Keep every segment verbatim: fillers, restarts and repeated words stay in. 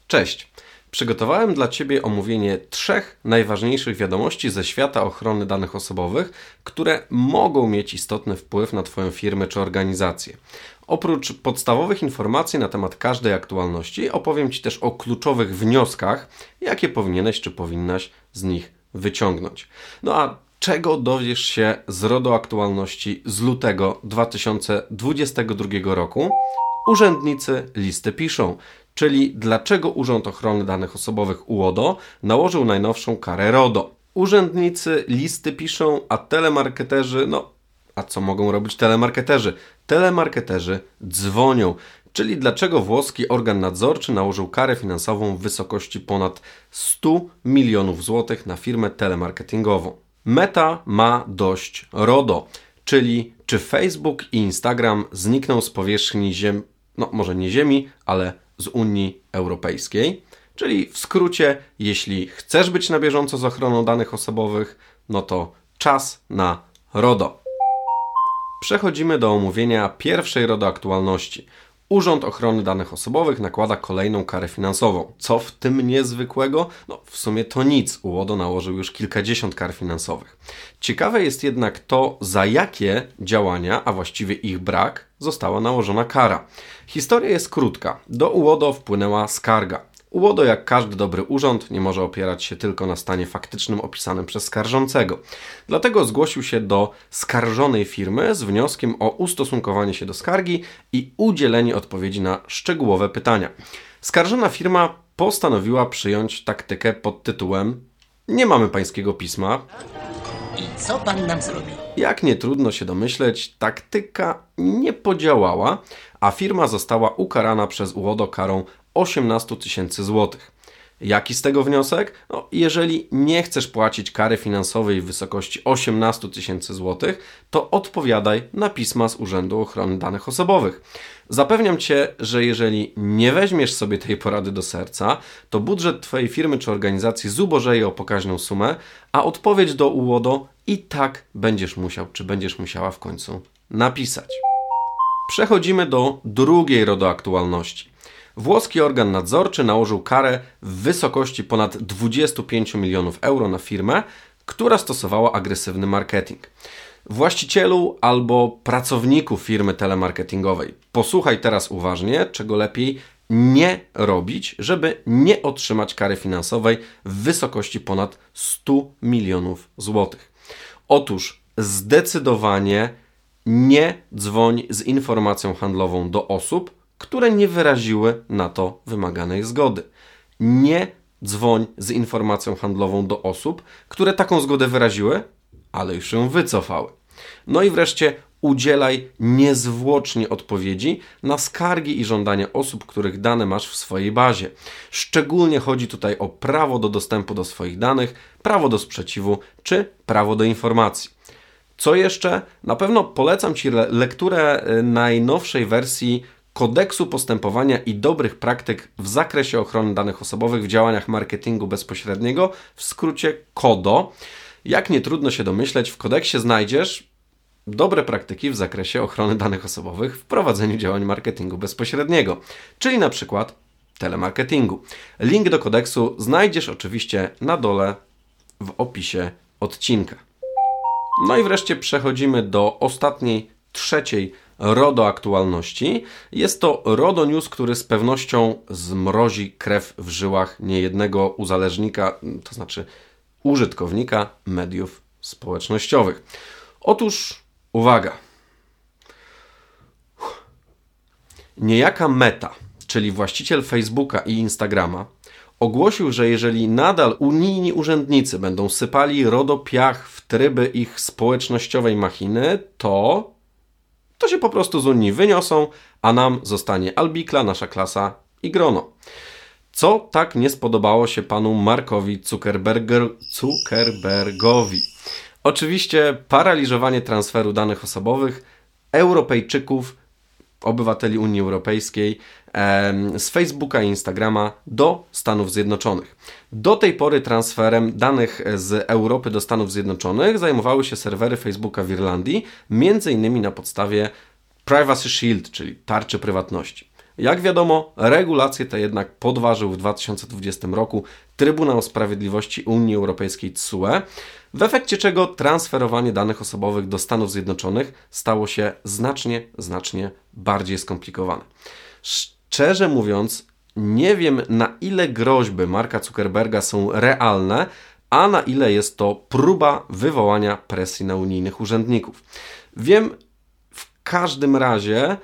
Cześć! Przygotowałem dla Ciebie omówienie trzech najważniejszych wiadomości ze świata ochrony danych osobowych, które mogą mieć istotny wpływ na Twoją firmę czy organizację. Oprócz podstawowych informacji na temat każdej aktualności, opowiem Ci też o kluczowych wnioskach, jakie powinieneś czy powinnaś z nich wyciągnąć. No a czego dowiesz się z RODO aktualności z lutego dwa tysiące dwudziestego drugiego roku? Urzędnicy listy piszą, czyli dlaczego Urząd Ochrony Danych Osobowych UODO nałożył najnowszą karę RODO. Urzędnicy listy piszą, a telemarketerzy, no a co mogą robić telemarketerzy? Telemarketerzy dzwonią, czyli dlaczego włoski organ nadzorczy nałożył karę finansową w wysokości ponad sto milionów złotych na firmę telemarketingową. Meta ma dość RODO, czyli czy Facebook i Instagram znikną z powierzchni Ziemi, no może nie Ziemi, ale z Unii Europejskiej. Czyli w skrócie, jeśli chcesz być na bieżąco z ochroną danych osobowych, no to czas na RODO. Przechodzimy do omówienia pierwszej RODO aktualności. Urząd Ochrony Danych Osobowych nakłada kolejną karę finansową. Co w tym niezwykłego? No w sumie to nic. UODO nałożył już kilkadziesiąt kar finansowych. Ciekawe jest jednak to, za jakie działania, a właściwie ich brak, została nałożona kara. Historia jest krótka. Do UODO wpłynęła skarga. UODO, jak każdy dobry urząd, nie może opierać się tylko na stanie faktycznym opisanym przez skarżącego. Dlatego zgłosił się do skarżonej firmy z wnioskiem o ustosunkowanie się do skargi i udzielenie odpowiedzi na szczegółowe pytania. Skarżona firma postanowiła przyjąć taktykę pod tytułem „Nie mamy pańskiego pisma”. I co pan nam zrobi? Jak nie trudno się domyśleć, taktyka nie podziałała, a firma została ukarana przez UODO karą osiemnaście tysięcy złotych. Jaki z tego wniosek? No, jeżeli nie chcesz płacić kary finansowej w wysokości osiemnaście tysięcy złotych, to odpowiadaj na pisma z Urzędu Ochrony Danych Osobowych. Zapewniam Cię, że jeżeli nie weźmiesz sobie tej porady do serca, to budżet Twojej firmy czy organizacji zubożeje o pokaźną sumę, a odpowiedź do UODO i tak będziesz musiał, czy będziesz musiała w końcu napisać. Przechodzimy do drugiej RODO aktualności. Włoski organ nadzorczy nałożył karę w wysokości ponad dwadzieścia pięć milionów euro na firmę, która stosowała agresywny marketing. Właścicielu albo pracowniku firmy telemarketingowej, posłuchaj teraz uważnie, czego lepiej nie robić, żeby nie otrzymać kary finansowej w wysokości ponad sto milionów złotych. Otóż zdecydowanie nie dzwoń z informacją handlową do osób, które nie wyraziły na to wymaganej zgody. Nie dzwoń z informacją handlową do osób, które taką zgodę wyraziły, ale już ją wycofały. No i wreszcie udzielaj niezwłocznie odpowiedzi na skargi i żądania osób, których dane masz w swojej bazie. Szczególnie chodzi tutaj o prawo do dostępu do swoich danych, prawo do sprzeciwu czy prawo do informacji. Co jeszcze? Na pewno polecam Ci le- lekturę najnowszej wersji Kodeksu Postępowania i Dobrych Praktyk w zakresie ochrony danych osobowych w działaniach marketingu bezpośredniego, w skrócie KODO. Jak nie trudno się domyśleć, w kodeksie znajdziesz dobre praktyki w zakresie ochrony danych osobowych w prowadzeniu działań marketingu bezpośredniego, czyli na przykład telemarketingu. Link do kodeksu znajdziesz oczywiście na dole w opisie odcinka. No i wreszcie przechodzimy do ostatniej, trzeciej RODO aktualności. Jest to RODO News, który z pewnością zmrozi krew w żyłach niejednego uzależnika, to znaczy użytkownika mediów społecznościowych. Otóż uwaga. Niejaka Meta, czyli właściciel Facebooka i Instagrama, ogłosił, że jeżeli nadal unijni urzędnicy będą sypali RODO piach w tryby ich społecznościowej machiny, to to się po prostu z Unii wyniosą, a nam zostanie albikla, nasza klasa i grono. Co tak nie spodobało się panu Markowi Zuckerberger, Zuckerbergowi? Oczywiście paraliżowanie transferu danych osobowych Europejczyków, obywateli Unii Europejskiej z Facebooka i Instagrama do Stanów Zjednoczonych. Do tej pory transferem danych z Europy do Stanów Zjednoczonych zajmowały się serwery Facebooka w Irlandii, między innymi na podstawie Privacy Shield, czyli tarczy prywatności. Jak wiadomo, regulacje te jednak podważył w dwa tysiące dwudziestym roku Trybunał Sprawiedliwości Unii Europejskiej T S U E, w efekcie czego transferowanie danych osobowych do Stanów Zjednoczonych stało się znacznie, znacznie bardziej skomplikowane. Szczerze mówiąc, nie wiem, na ile groźby Marka Zuckerberga są realne, a na ile jest to próba wywołania presji na unijnych urzędników. Wiem w każdym razie,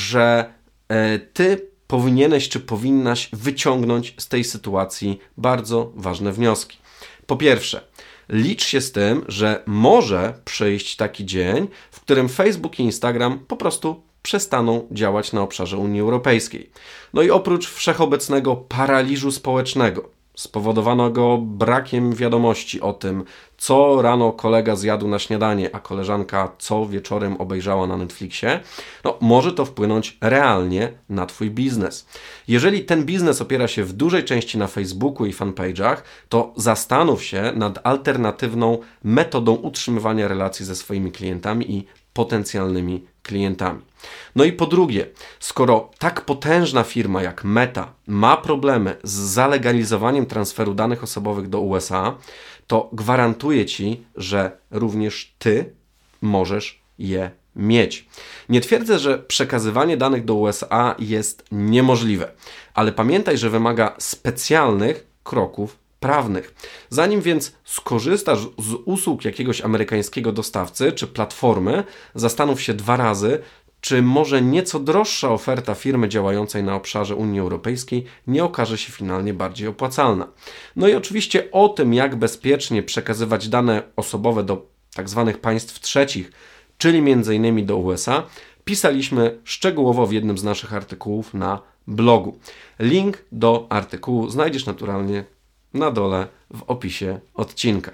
że e, ty powinieneś czy powinnaś wyciągnąć z tej sytuacji bardzo ważne wnioski. Po pierwsze, licz się z tym, że może przyjść taki dzień, w którym Facebook i Instagram po prostu przestaną działać na obszarze Unii Europejskiej. No i oprócz wszechobecnego paraliżu społecznego, spowodowanego brakiem wiadomości o tym, co rano kolega zjadł na śniadanie, a koleżanka co wieczorem obejrzała na Netflixie, no może to wpłynąć realnie na Twój biznes. Jeżeli ten biznes opiera się w dużej części na Facebooku i fanpage'ach, to zastanów się nad alternatywną metodą utrzymywania relacji ze swoimi klientami i potencjalnymi klientami. No i po drugie, skoro tak potężna firma jak Meta ma problemy z zalegalizowaniem transferu danych osobowych do U S A, to gwarantuję Ci, że również Ty możesz je mieć. Nie twierdzę, że przekazywanie danych do U S A jest niemożliwe, ale pamiętaj, że wymaga specjalnych kroków prawnych. Zanim więc skorzystasz z usług jakiegoś amerykańskiego dostawcy czy platformy, zastanów się dwa razy, czy może nieco droższa oferta firmy działającej na obszarze Unii Europejskiej nie okaże się finalnie bardziej opłacalna. No i oczywiście o tym, jak bezpiecznie przekazywać dane osobowe do tzw. państw trzecich, czyli między innymi do U S A, pisaliśmy szczegółowo w jednym z naszych artykułów na blogu. Link do artykułu znajdziesz naturalnie na dole w opisie odcinka.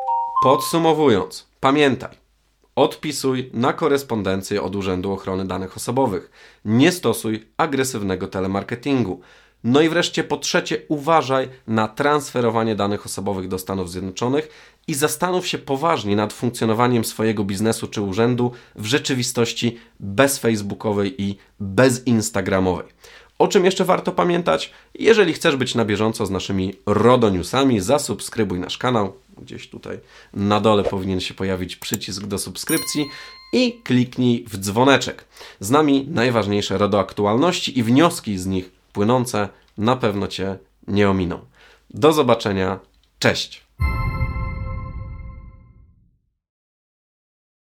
Podsumowując, pamiętaj, odpisuj na korespondencję od Urzędu Ochrony Danych Osobowych. Nie stosuj agresywnego telemarketingu. No i wreszcie po trzecie, uważaj na transferowanie danych osobowych do Stanów Zjednoczonych i zastanów się poważnie nad funkcjonowaniem swojego biznesu czy urzędu w rzeczywistości bezfacebookowej i bezinstagramowej. O czym jeszcze warto pamiętać? Jeżeli chcesz być na bieżąco z naszymi RODO Newsami, zasubskrybuj nasz kanał. Gdzieś tutaj na dole powinien się pojawić przycisk do subskrypcji i kliknij w dzwoneczek. Z nami najważniejsze RODO aktualności i wnioski z nich płynące na pewno Cię nie ominą. Do zobaczenia. Cześć!